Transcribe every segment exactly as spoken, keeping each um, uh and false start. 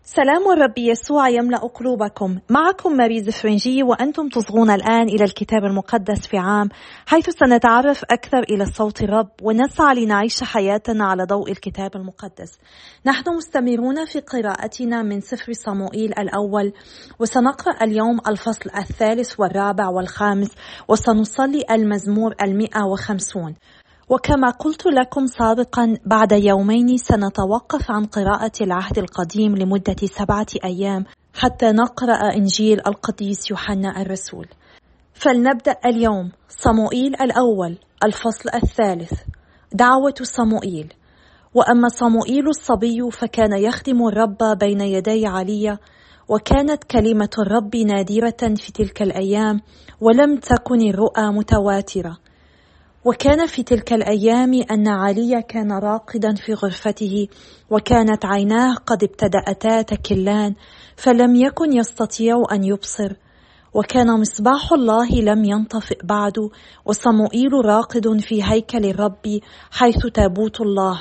سلام الرب يسوع يملأ قلوبكم. معكم ماريز فرنجي وأنتم تصغون الآن إلى الكتاب المقدس في عام، حيث سنتعرف أكثر إلى صوت الرب ونسعى لنعيش حياتنا على ضوء الكتاب المقدس. نحن مستمرون في قراءتنا من سفر صموئيل الأول، وسنقرأ اليوم الفصل الثالث والرابع والخامس، وسنصلي المزمور المئة وخمسون. وكما قلت لكم سابقا، بعد يومين سنتوقف عن قراءة العهد القديم لمدة سبعة أيام حتى نقرأ إنجيل القديس يوحنا الرسول. فلنبدأ اليوم صموئيل الأول الفصل الثالث. دعوة صموئيل. وأما صموئيل الصبي فكان يخدم الرب بين يدي عليا، وكانت كلمة الرب نادرة في تلك الأيام، ولم تكن الرؤى متواترة. وكان في تلك الأيام أن علي كان راقدا في غرفته، وكانت عيناه قد ابتدأتا تكلان، فلم يكن يستطيع أن يبصر. وكان مصباح الله لم ينطفئ بعد، وصموئيل راقد في هيكل الرب حيث تابوت الله.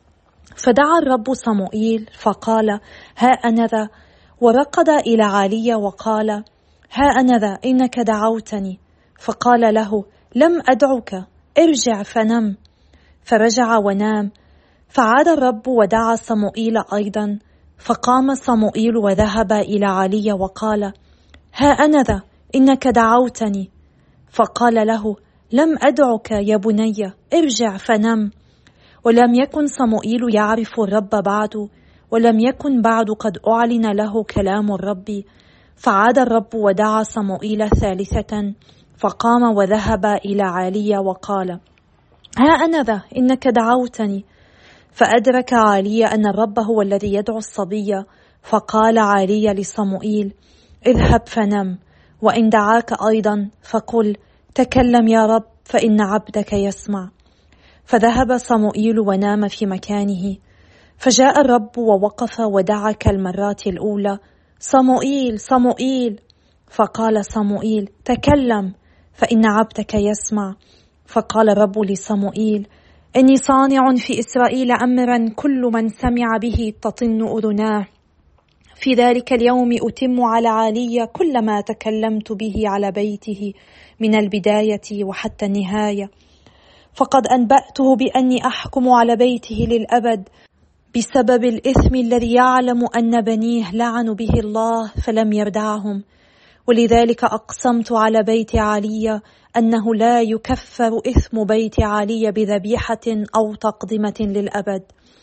فدعا الرب صموئيل فقال: ها أنا ذا. ورقد إلى علي وقال: ها أنا ذا، إنك دعوتني. فقال له: لم أدعك، ارجع فنم. فرجع ونام. فعاد الرب ودعا صموئيل أيضا، فقام صموئيل وذهب إلى علي وقال: ها أنا ذا، إنك دعوتني. فقال له: لم أدعك يا بني، ارجع فنم. ولم يكن صموئيل يعرف الرب بعد، ولم يكن بعد قد أعلن له كلام الرب. فعاد الرب ودعا صموئيل ثالثة، فقام وذهب إلى علي وقال: ها أنا ذا، إنك دعوتني. فأدرك علي أن الرب هو الذي يدعو الصبي. فقال علي لصموئيل: اذهب فنم، وإن دعاك أيضا فقل: تكلم يا رب، فإن عبدك يسمع. فذهب صموئيل ونام في مكانه. فجاء الرب ووقف ودعا كالمرات الأولى: صموئيل، صموئيل. فقال صموئيل: تكلم، فإن عبدك يسمع. فقال الرب لصموئيل: إني صانع في إسرائيل أمرا كل من سمع به تطن أذناه. في ذلك اليوم أتم على علي كل ما تكلمت به على بيته من البداية وحتى النهاية. فقد أنبأته بأني أحكم على بيته للأبد بسبب الإثم الذي يعلم أن بنيه لعنوا به الله فلم يردعهم. ولذلك أقسمت على بيت علي أنه لا يكفر إثم بيت علي بذبيحة أو تقدمة للأبد.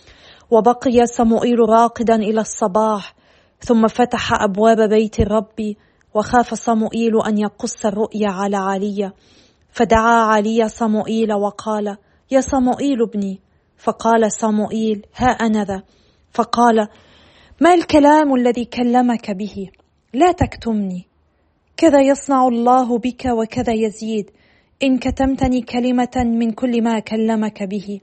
وبقي صموئيل راقدا إلى الصباح، ثم فتح أبواب بيت الرب، وخاف صموئيل أن يقص الرؤيا على علي. فدعا علي صموئيل وقال: يا صموئيل ابني. فقال صموئيل: ها أنا ذا. فقال: ما الكلام الذي كلمك به؟ لا تكتمني. كذا يصنع الله بك وكذا يزيد، إن كتمتني كلمة من كل ما كلمك به.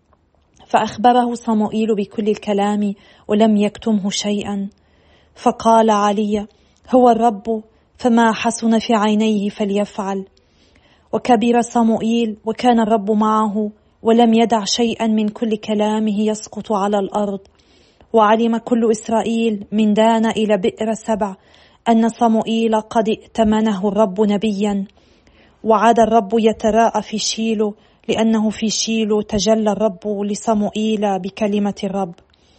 فأخبره صموئيل بكل الكلام ولم يكتمه شيئا. فقال علي: هو الرب، فما حسن في عينيه فليفعل. وكبر صموئيل، وكان الرب معه، ولم يدع شيئا من كل كلامه يسقط على الأرض. وعلم كل إسرائيل من دان إلى بئر سبع أن صموئيل قد ائتمنه الرب نبيا. وعاد الرب يتراءى في شيلو، لأنه في شيلو تجلى الرب لصموئيل بكلمة الرب.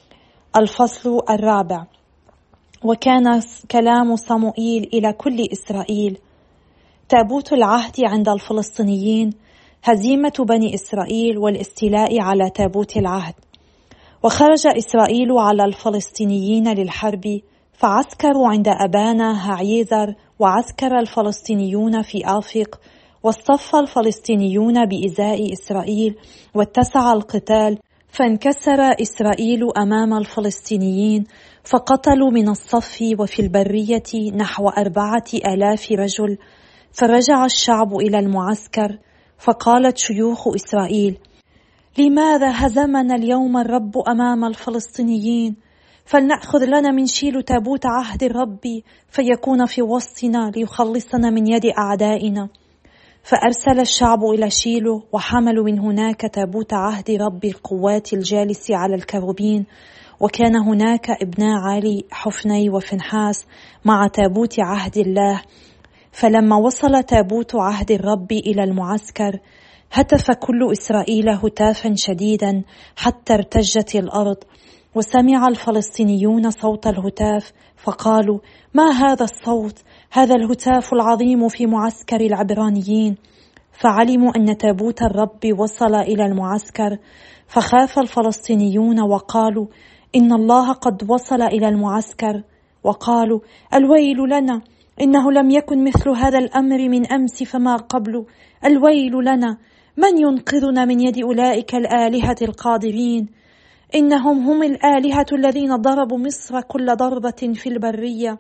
الفصل الرابع. وكان كلام صموئيل إلى كل إسرائيل. تابوت العهد عند الفلسطينيين، هزيمة بني إسرائيل والاستيلاء على تابوت العهد. وخرج إسرائيل على الفلسطينيين للحرب، فعسكروا عند أبانا هعيزر، وعسكر الفلسطينيون في آفق، واصطف الفلسطينيون بإزاء إسرائيل، واتسع القتال، فانكسر إسرائيل أمام الفلسطينيين، فقتلوا من الصف وفي البرية نحو أربعة آلاف رجل. فرجع الشعب إلى المعسكر، فقالت شيوخ إسرائيل: لماذا هزمنا اليوم الرب أمام الفلسطينيين؟ فلنأخذ لنا من شيلو تابوت عهد الرب، فيكون في وسطنا ليخلصنا من يد أعدائنا. فأرسل الشعب إلى شيلو، وحملوا من هناك تابوت عهد رب القوات الجالس على الكروبين، وكان هناك ابنا عالي حفني وفنحاس مع تابوت عهد الله. فلما وصل تابوت عهد الرب إلى المعسكر هتف كل إسرائيل هتافا شديدا حتى ارتجت الأرض، وسمع الفلسطينيون صوت الهتاف فقالوا: ما هذا الصوت؟ هذا الهتاف العظيم في معسكر العبرانيين. فعلموا أن تابوت الرب وصل إلى المعسكر، فخاف الفلسطينيون وقالوا: إن الله قد وصل إلى المعسكر. وقالوا: الويل لنا، إنه لم يكن مثل هذا الأمر من أمس فما قبل. الويل لنا، من ينقذنا من يد أولئك الآلهة القادرين؟ إنهم هم الآلهة الذين ضربوا مصر كل ضربة في البرية.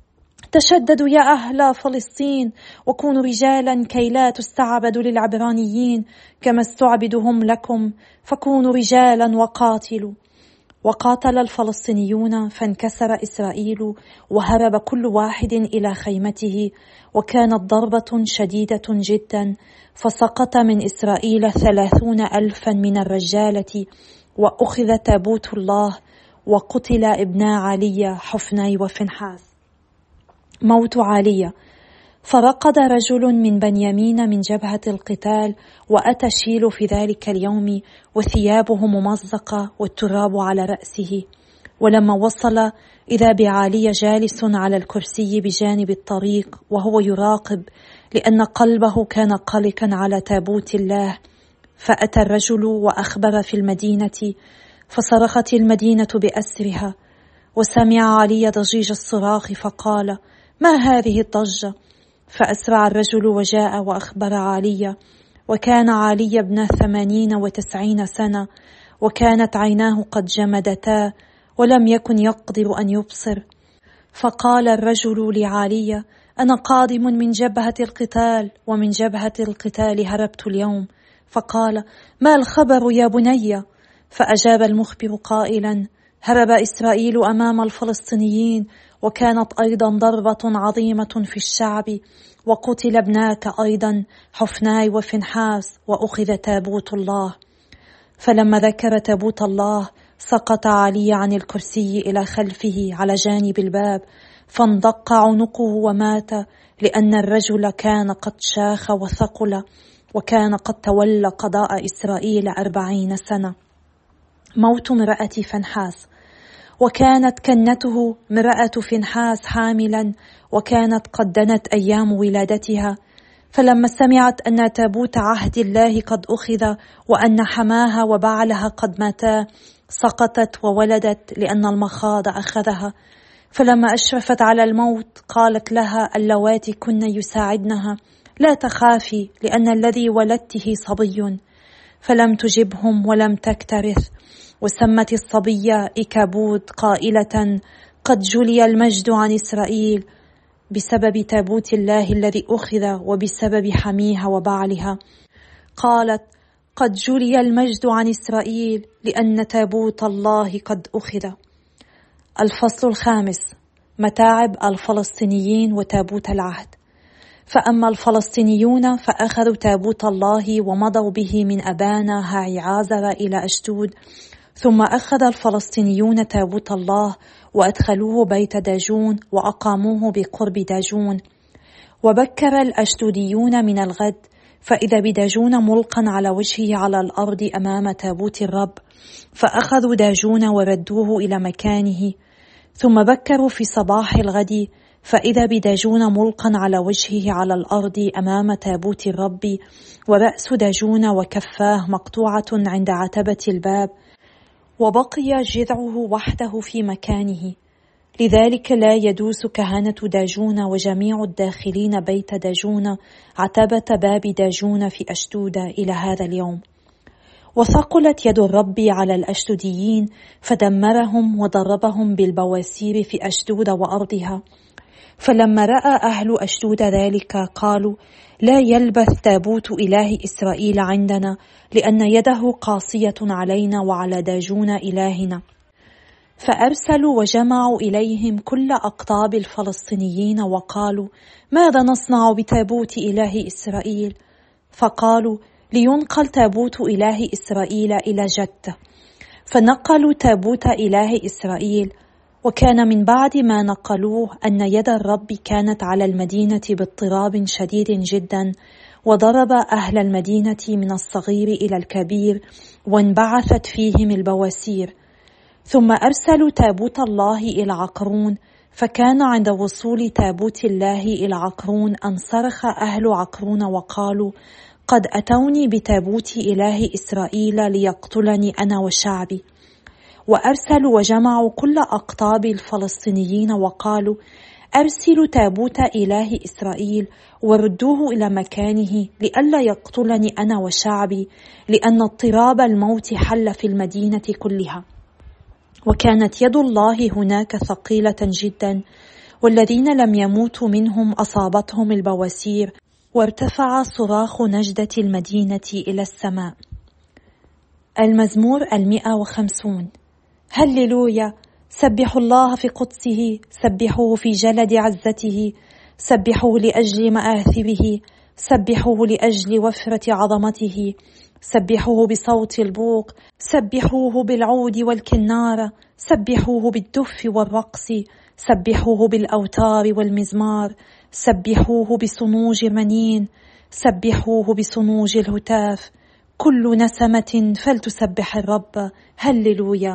تشددوا يا أهل فلسطين وكونوا رجالا كي لا تستعبدوا للعبرانيين كما استعبدهم لكم، فكونوا رجالا وقاتلوا. وقاتل الفلسطينيون فانكسر إسرائيل وهرب كل واحد إلى خيمته، وكانت ضربة شديدة جدا، فسقط من إسرائيل ثلاثون ألفا من الرجالة، وأخذ تابوت الله، وقتل ابنا عالية حفني وفنحاس. موت عالية. فرقد رجل من بنيامين من جبهة القتال، وأتى شيلو في ذلك اليوم وثيابه ممزقة والتراب على رأسه. ولما وصل إذا بعالية جالس على الكرسي بجانب الطريق وهو يراقب، لأن قلبه كان قلقا على تابوت الله. فأتى الرجل وأخبر في المدينة، فصرخت المدينة بأسرها. وسمع عالية ضجيج الصراخ فقال: ما هذه الضجة؟ فأسرع الرجل وجاء وأخبر عالية. وكان عالية ابن ثمانين وتسعين سنة، وكانت عيناه قد جمدتا ولم يكن يقدر أن يبصر. فقال الرجل لعالية: أنا قادم من جبهة القتال، ومن جبهة القتال هربت اليوم. فقال: ما الخبر يا بني؟ فأجاب المخبر قائلا: هرب إسرائيل أمام الفلسطينيين، وكانت أيضا ضربة عظيمة في الشعب، وقتل ابناك أيضا حفناي وفنحاس، وأخذ تابوت الله. فلما ذكر تابوت الله سقط علي عن الكرسي إلى خلفه على جانب الباب، فانضق عنقه ومات، لأن الرجل كان قد شاخ وثقل، وكان قد تولى قضاء إسرائيل أربعين سنة. موت امرأة فنحاس. وكانت كنته امرأة فنحاس حاملا، وكانت قد دنت أيام ولادتها. فلما سمعت أن تابوت عهد الله قد أخذ، وأن حماها وبعلها قد ماتا، سقطت وولدت، لأن المخاض أخذها. فلما أشرفت على الموت قالت لها اللواتي كن يساعدنها: لا تخافي، لأن الذي ولدته صبي. فلم تجبهم ولم تكترث، وسمت الصبي إكابود قائلة: قد جلي المجد عن إسرائيل، بسبب تابوت الله الذي أخذ، وبسبب حميها وبعلها. قالت: قد جلي المجد عن إسرائيل، لأن تابوت الله قد أخذ. الفصل الخامس: متاعب الفلسطينيين وتابوت العهد. فأما الفلسطينيون فأخذوا تابوت الله ومضوا به من أبانا هاعي عازر إلى أشدود. ثم أخذ الفلسطينيون تابوت الله وأدخلوه بيت داجون، وأقاموه بقرب داجون. وبكر الأشدوديون من الغد، فإذا بداجون ملقا على وجهه على الأرض أمام تابوت الرب، فأخذوا داجون وردوه إلى مكانه. ثم بكروا في صباح الغد، فإذا بداجون ملقا على وجهه على الأرض أمام تابوت الرب، ورأس داجون وكفاه مقطوعة عند عتبة الباب، وبقي جذعه وحده في مكانه. لذلك لا يدوس كهنة داجون وجميع الداخلين بيت داجون عتبة باب داجون في أشدود إلى هذا اليوم. وثقلت يد الرب على الأشدوديين، فدمرهم وضربهم بالبواسير في أشدود وأرضها. فلما رأى أهل أشدود ذلك قالوا: لا يلبث تابوت إله إسرائيل عندنا، لأن يده قاسية علينا وعلى داجون إلهنا. فأرسلوا وجمعوا إليهم كل أقطاب الفلسطينيين وقالوا: ماذا نصنع بتابوت إله إسرائيل؟ فقالوا: لينقل تابوت إله إسرائيل إلى جدة. فنقلوا تابوت إله إسرائيل، وكان من بعد ما نقلوه أن يد الرب كانت على المدينة باضطراب شديد جدا، وضرب أهل المدينة من الصغير إلى الكبير، وانبعثت فيهم البواسير. ثم أرسلوا تابوت الله إلى عقرون، فكان عند وصول تابوت الله إلى عقرون أن صرخ أهل عقرون وقالوا: قد أتوني بتابوت إله إسرائيل ليقتلني أنا وشعبي. وأرسلوا وجمعوا كل أقطاب الفلسطينيين وقالوا: أرسلوا تابوت إله إسرائيل وردوه إلى مكانه لئلا يقتلني أنا وشعبي، لأن اضطراب الموت حل في المدينة كلها. وكانت يد الله هناك ثقيلة جدا، والذين لم يموتوا منهم أصابتهم البواسير، وارتفع صراخ نجدة المدينة إلى السماء. المزمور المئة وخمسون. هللويا، سبحوا الله في قدسه، سبحوه في جلد عزته، سبحوه لأجل مآثره، سبحوه لأجل وفرة عظمته، سبحوه بصوت البوق، سبحوه بالعود والكنارة، سبحوه بالدف والرقص، سبحوه بالأوتار والمزمار، سبحوه بصنوج المنين، سبحوه بصنوج الهتاف. كل نسمة فلتسبح الرب. هللويا.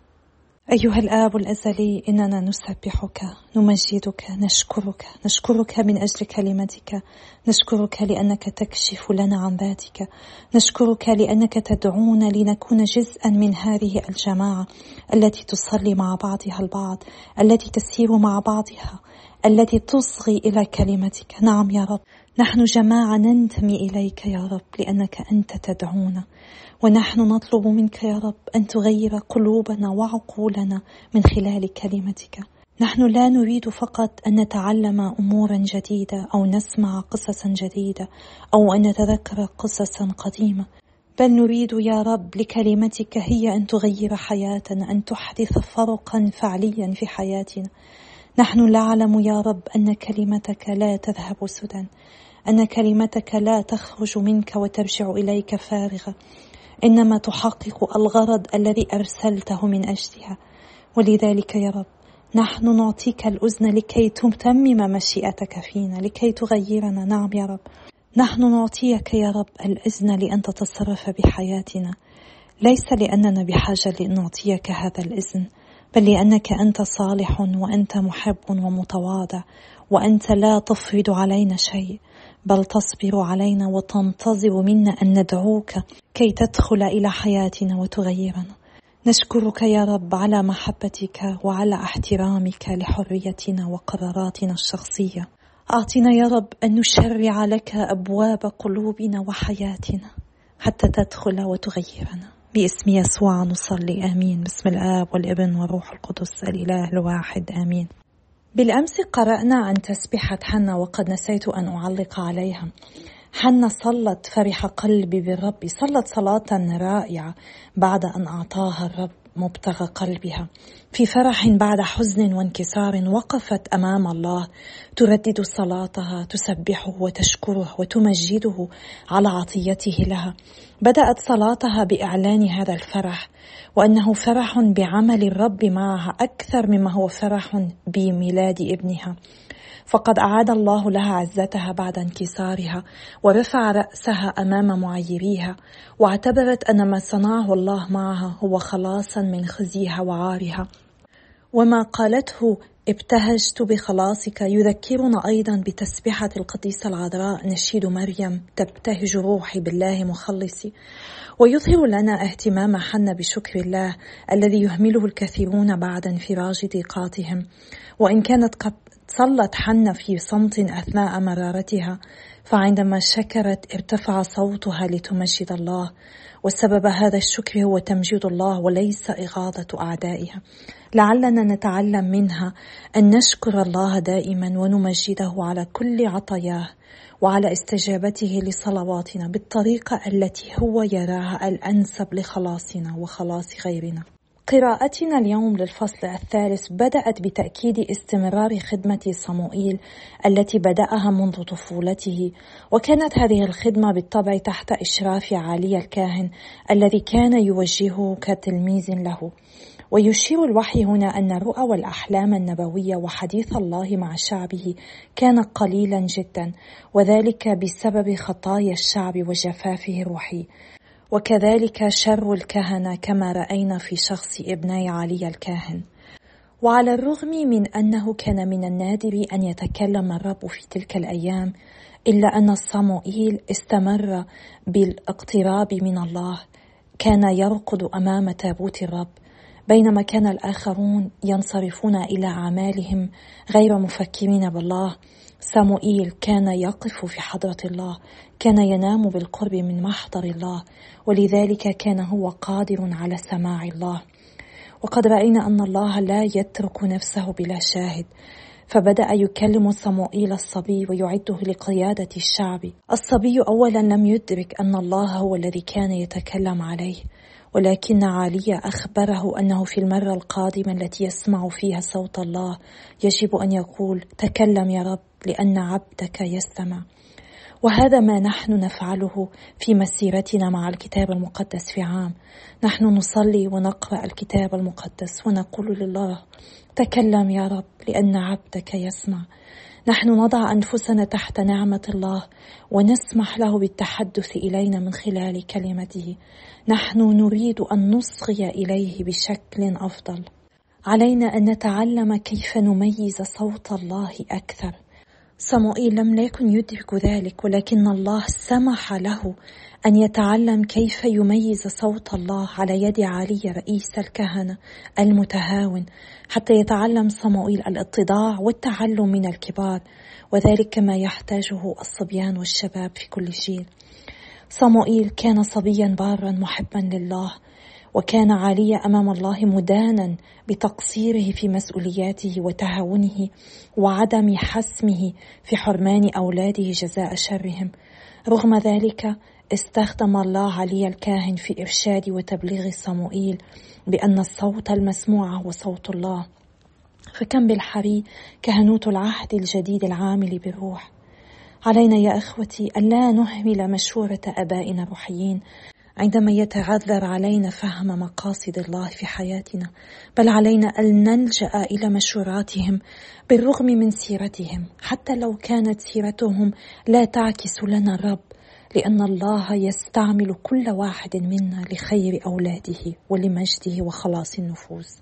أيها الآب الأزلي، إننا نسبحك، نمجدك، نشكرك، نشكرك من أجل كلمتك، نشكرك لأنك تكشف لنا عن ذاتك، نشكرك لأنك تدعونا لنكون جزءا من هذه الجماعة التي تصلي مع بعضها البعض، التي تسير مع بعضها، التي تصغي إلى كلمتك. نعم يا رب، نحن جماعة ننتمي إليك يا رب، لأنك أنت تدعونا، ونحن نطلب منك يا رب أن تغير قلوبنا وعقولنا من خلال كلمتك. نحن لا نريد فقط أن نتعلم أمورا جديدة أو نسمع قصصا جديدة أو أن نتذكر قصصا قديمة، بل نريد يا رب لكلمتك هي أن تغير حياتنا، أن تحدث فرقا فعليا في حياتنا. نحن نعلم يا رب أن كلمتك لا تذهب سدى، أن كلمتك لا تخرج منك وترجع إليك فارغة، إنما تحقق الغرض الذي أرسلته من أجلها. ولذلك يا رب نحن نعطيك الأذن لكي تتمم مشيئتك فينا، لكي تغيرنا. نعم يا رب، نحن نعطيك يا رب الإذن لأن تتصرف بحياتنا، ليس لأننا بحاجة لنعطيك هذا الإذن، بل لأنك أنت صالح وأنت محب ومتواضع، وأنت لا تفرض علينا شيء، بل تصبر علينا وتنتظر منا أن ندعوك كي تدخل إلى حياتنا وتغيرنا. نشكرك يا رب على محبتك وعلى احترامك لحريتنا وقراراتنا الشخصية. أعطنا يا رب أن نشرع لك أبواب قلوبنا وحياتنا حتى تدخل وتغيرنا. باسم يسوع نصلي، آمين. باسم الآب والابن والروح القدس الإله الواحد، آمين. بالأمس قرأنا عن تسبيحة حنا، وقد نسيت أن أعلق عليها. حنا صلت فرح قلبي بالرب، صلت صلاة رائعة بعد أن أعطاها الرب مبتغى قلبها. في فرح بعد حزن وانكسار وقفت أمام الله تردد صلاتها، تسبحه وتشكره وتمجده على عطيته لها. بدأت صلاتها بإعلان هذا الفرح، وأنه فرح بعمل الرب معها أكثر مما هو فرح بميلاد ابنها. فقد أعاد الله لها عزتها بعد انكسارها، ورفع رأسها أمام معيريها، واعتبرت أن ما صنعه الله معها هو خلاصا من خزيها وعارها. وما قالته ابتهجت بخلاصك يذكرنا أيضا بتسبيحة القديسة العذراء نشيد مريم: تبتهج روحي بالله مخلصي. ويظهر لنا اهتمام حنا بشكر الله الذي يهمله الكثيرون بعد انفراج ضيقاتهم. وإن كانت قد صلت حنا في صمت أثناء مرارتها، فعندما شكرت ارتفع صوتها لتمجد الله، وسبب هذا الشكر هو تمجيد الله وليس إغاظة أعدائها. لعلنا نتعلم منها أن نشكر الله دائما ونمجده على كل عطاياه وعلى استجابته لصلواتنا بالطريقة التي هو يراها الأنسب لخلاصنا وخلاص غيرنا. قراءتنا اليوم للفصل الثالث بدأت بتأكيد استمرار خدمة صموئيل التي بدأها منذ طفولته، وكانت هذه الخدمة بالطبع تحت إشراف عالي الكاهن الذي كان يوجهه كتلميذ له. ويشير الوحي هنا أن الرؤى والأحلام النبوية وحديث الله مع شعبه كان قليلا جدا، وذلك بسبب خطايا الشعب وجفافه الروحي، وكذلك شر الكهنة كما رأينا في شخص ابني علي الكاهن. وعلى الرغم من أنه كان من النادر أن يتكلم الرب في تلك الأيام، إلا أن صموئيل استمر بالاقتراب من الله، كان يرقد أمام تابوت الرب، بينما كان الآخرون ينصرفون إلى أعمالهم غير مفكرين بالله. صموئيل كان يقف في حضرة الله، كان ينام بالقرب من محضر الله، ولذلك كان هو قادر على سماع الله. وقد رأينا أن الله لا يترك نفسه بلا شاهد، فبدأ يكلم صموئيل الصبي ويعده لقيادة الشعب. الصبي أولا لم يدرك أن الله هو الذي كان يتكلم عليه، ولكن عالية أخبره أنه في المرة القادمة التي يسمع فيها صوت الله يجب أن يقول: تكلم يا رب لأن عبدك يستمع. وهذا ما نحن نفعله في مسيرتنا مع الكتاب المقدس في عام. نحن نصلي ونقرأ الكتاب المقدس ونقول لله: تكلم يا رب لأن عبدك يسمع. نحن نضع أنفسنا تحت نعمة الله ونسمح له بالتحدث إلينا من خلال كلمته. نحن نريد أن نصغي إليه بشكل أفضل. علينا أن نتعلم كيف نميز صوت الله أكثر. صموئيل لم يكن يدرك ذلك، ولكن الله سمح له أن يتعلم كيف يميز صوت الله على يد عالي رئيس الكهنة المتهاون، حتى يتعلم صموئيل الاتضاع والتعلم من الكبار، وذلك ما يحتاجه الصبيان والشباب في كل جيل. صموئيل كان صبيا بارا محبا لله، وكان عاليا أمام الله مدانا بتقصيره في مسؤولياته وتهاونه وعدم حسمه في حرمان أولاده جزاء شرهم. رغم ذلك استخدم الله علي الكاهن في إرشاد وتبليغ صموئيل بأن الصوت المسموع هو صوت الله. فكم بالحري كهنوت العهد الجديد العامل بالروح. علينا يا أخوتي أن لا نهمل مشورة أبائنا الروحيين عندما يتعذر علينا فهم مقاصد الله في حياتنا، بل علينا أن نلجأ إلى مشوراتهم بالرغم من سيرتهم، حتى لو كانت سيرتهم لا تعكس لنا الرب، لأن الله يستعمل كل واحد منا لخير أولاده ولمجده وخلاص النفوس.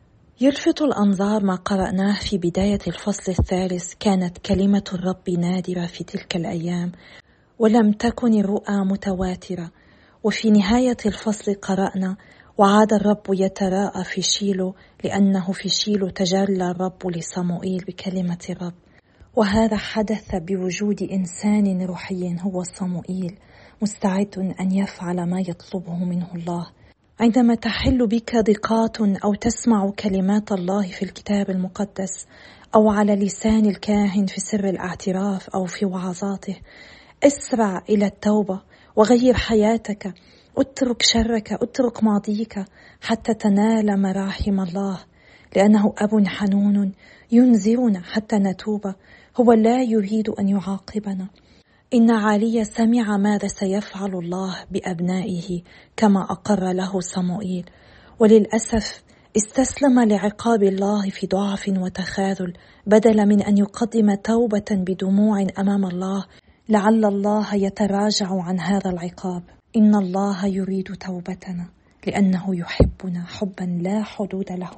يلفت الأنظار ما قرأناه في بداية الفصل الثالث. كانت كلمة الرب نادرة في تلك الأيام، ولم تكن الرؤى متواترة. وفي نهاية الفصل قرأنا: وعاد الرب يتراءى في شيلو، لأنه في شيلو تجلى الرب لصموئيل بكلمة الرب. وهذا حدث بوجود إنسان روحي هو صموئيل، مستعد أن يفعل ما يطلبه منه الله. عندما تحل بك ضيقات أو تسمع كلمات الله في الكتاب المقدس أو على لسان الكاهن في سر الاعتراف أو في وعظاته، اسرع إلى التوبة وغير حياتك. اترك شرك، اترك ماضيك حتى تنال مراحم الله، لأنه أب حنون ينذرنا حتى نتوب. هو لا يريد أن يعاقبنا. إن عالية سمع ماذا سيفعل الله بأبنائه كما أقر له صموئيل، وللأسف استسلم لعقاب الله في ضعف وتخاذل، بدلا من أن يقدم توبة بدموع أمام الله لعل الله يتراجع عن هذا العقاب. إن الله يريد توبتنا لأنه يحبنا حبا لا حدود له.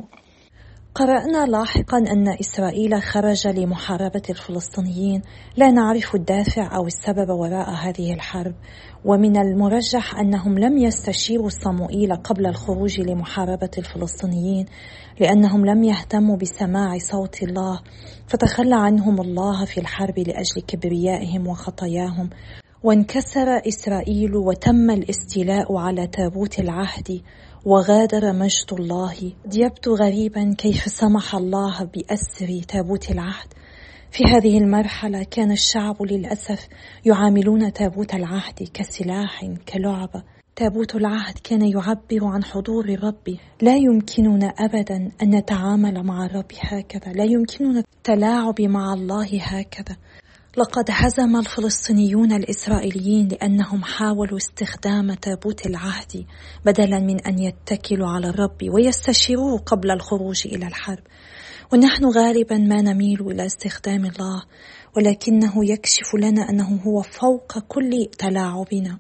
قرأنا لاحقا أن إسرائيل خرج لمحاربة الفلسطينيين. لا نعرف الدافع أو السبب وراء هذه الحرب، ومن المرجح أنهم لم يستشيروا صموئيل قبل الخروج لمحاربة الفلسطينيين، لأنهم لم يهتموا بسماع صوت الله، فتخلى عنهم الله في الحرب لأجل كبريائهم وخطاياهم. وانكسر إسرائيل وتم الاستيلاء على تابوت العهد وغادر مجد الله. يبدو غريبا كيف سمح الله بأسر تابوت العهد. في هذه المرحلة كان الشعب للأسف يعاملون تابوت العهد كسلاح، كلعبة. تابوت العهد كان يعبر عن حضور الرب. لا يمكننا أبدا أن نتعامل مع الرب هكذا، لا يمكننا التلاعب مع الله هكذا. لقد هزم الفلسطينيون الإسرائيليين لأنهم حاولوا استخدام تابوت العهد بدلا من أن يتكلوا على الرب ويستشيروه قبل الخروج إلى الحرب. ونحن غالبا ما نميل إلى استخدام الله، ولكنه يكشف لنا أنه هو فوق كل تلاعبنا.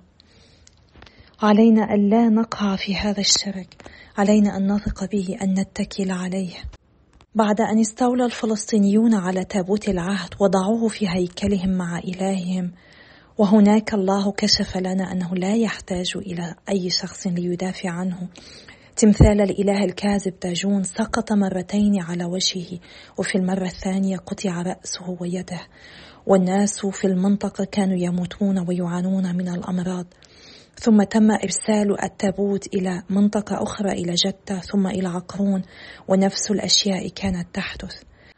علينا أن لا نقع في هذا الشرك، علينا أن نثق به، أن نتكل عليه. بعد أن استولى الفلسطينيون على تابوت العهد وضعوه في هيكلهم مع إلههم، وهناك الله كشف لنا أنه لا يحتاج إلى أي شخص ليدافع عنه. تمثال الإله الكاذب داجون سقط مرتين على وجهه، وفي المرة الثانية قطع رأسه ويده، والناس في المنطقة كانوا يموتون ويعانون من الأمراض. ثم تم إرسال التابوت إلى منطقة أخرى، إلى جدة، ثم إلى عقرون، ونفس الأشياء كانت تحدث.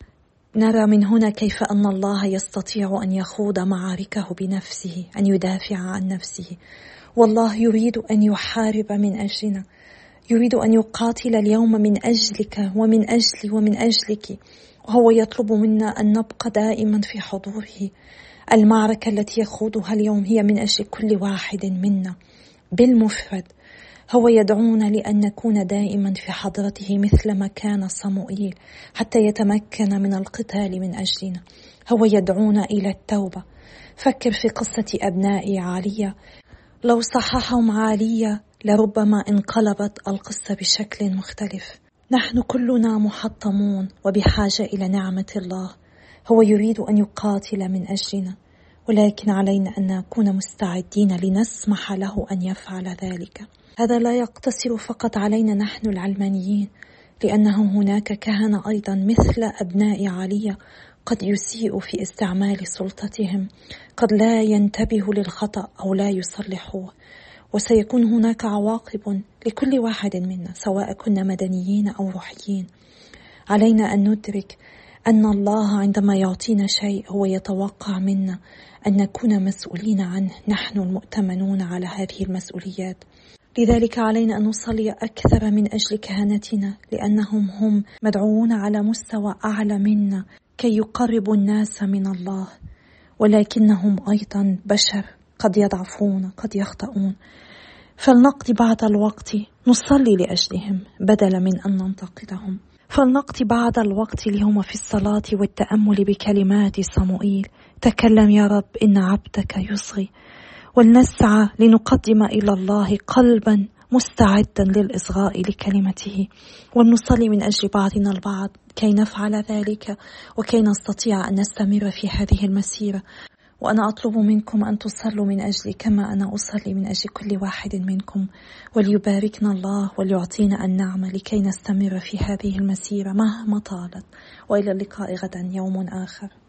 نرى من هنا كيف أن الله يستطيع أن يخوض معاركه بنفسه، أن يدافع عن نفسه. والله يريد أن يحارب من أجلنا، يريد أن يقاتل اليوم من أجلك ومن أجلي ومن أجلك، وهو يطلب منا أن نبقى دائما في حضوره. المعركة التي يخوضها اليوم هي من أجل كل واحد منا بالمفرد. هو يدعونا لأن نكون دائما في حضرته مثلما كان صموئيل حتى يتمكن من القتال من أجلنا. هو يدعونا إلى التوبة. فكر في قصة أبناء عالية، لو صححهم عالية لربما انقلبت القصة بشكل مختلف. نحن كلنا محطمون وبحاجة إلى نعمة الله. هو يريد أن يقاتل من أجلنا، ولكن علينا أن نكون مستعدين لنسمح له أن يفعل ذلك. هذا لا يقتصر فقط علينا نحن العلمانيين، لأنه هناك كهنة أيضا مثل أبناء عالية قد يسيئوا في استعمال سلطتهم، قد لا ينتبهوا للخطأ أو لا يصلحوه، وسيكون هناك عواقب لكل واحد منا سواء كنا مدنيين أو روحيين. علينا أن ندرك أن الله عندما يعطينا شيء هو يتوقع منا أن نكون مسؤولين عنه، نحن المؤتمنون على هذه المسؤوليات. لذلك علينا أن نصلي أكثر من أجل كهنتنا، لأنهم هم مدعوون على مستوى أعلى منا كي يقربوا الناس من الله، ولكنهم أيضا بشر، قد يضعفون، قد يخطئون. فلنقضي بعض الوقت نصلي لأجلهم بدلا من أن ننتقدهم. فلنقضي بعض الوقت اليوم في الصلاة والتأمل بكلمات صموئيل: تكلم يا رب إن عبدك يصغي. ولنسعى لنقدم إلى الله قلبا مستعدا للإصغاء لكلمته، ولنصلي من أجل بعضنا البعض كي نفعل ذلك وكي نستطيع أن نستمر في هذه المسيرة. وأنا أطلب منكم أن تصلوا من أجلي كما أنا أصلي من أجل كل واحد منكم، وليباركنا الله وليعطينا النعمة لكي نستمر في هذه المسيرة مهما طالت. وإلى اللقاء غدا يوم آخر.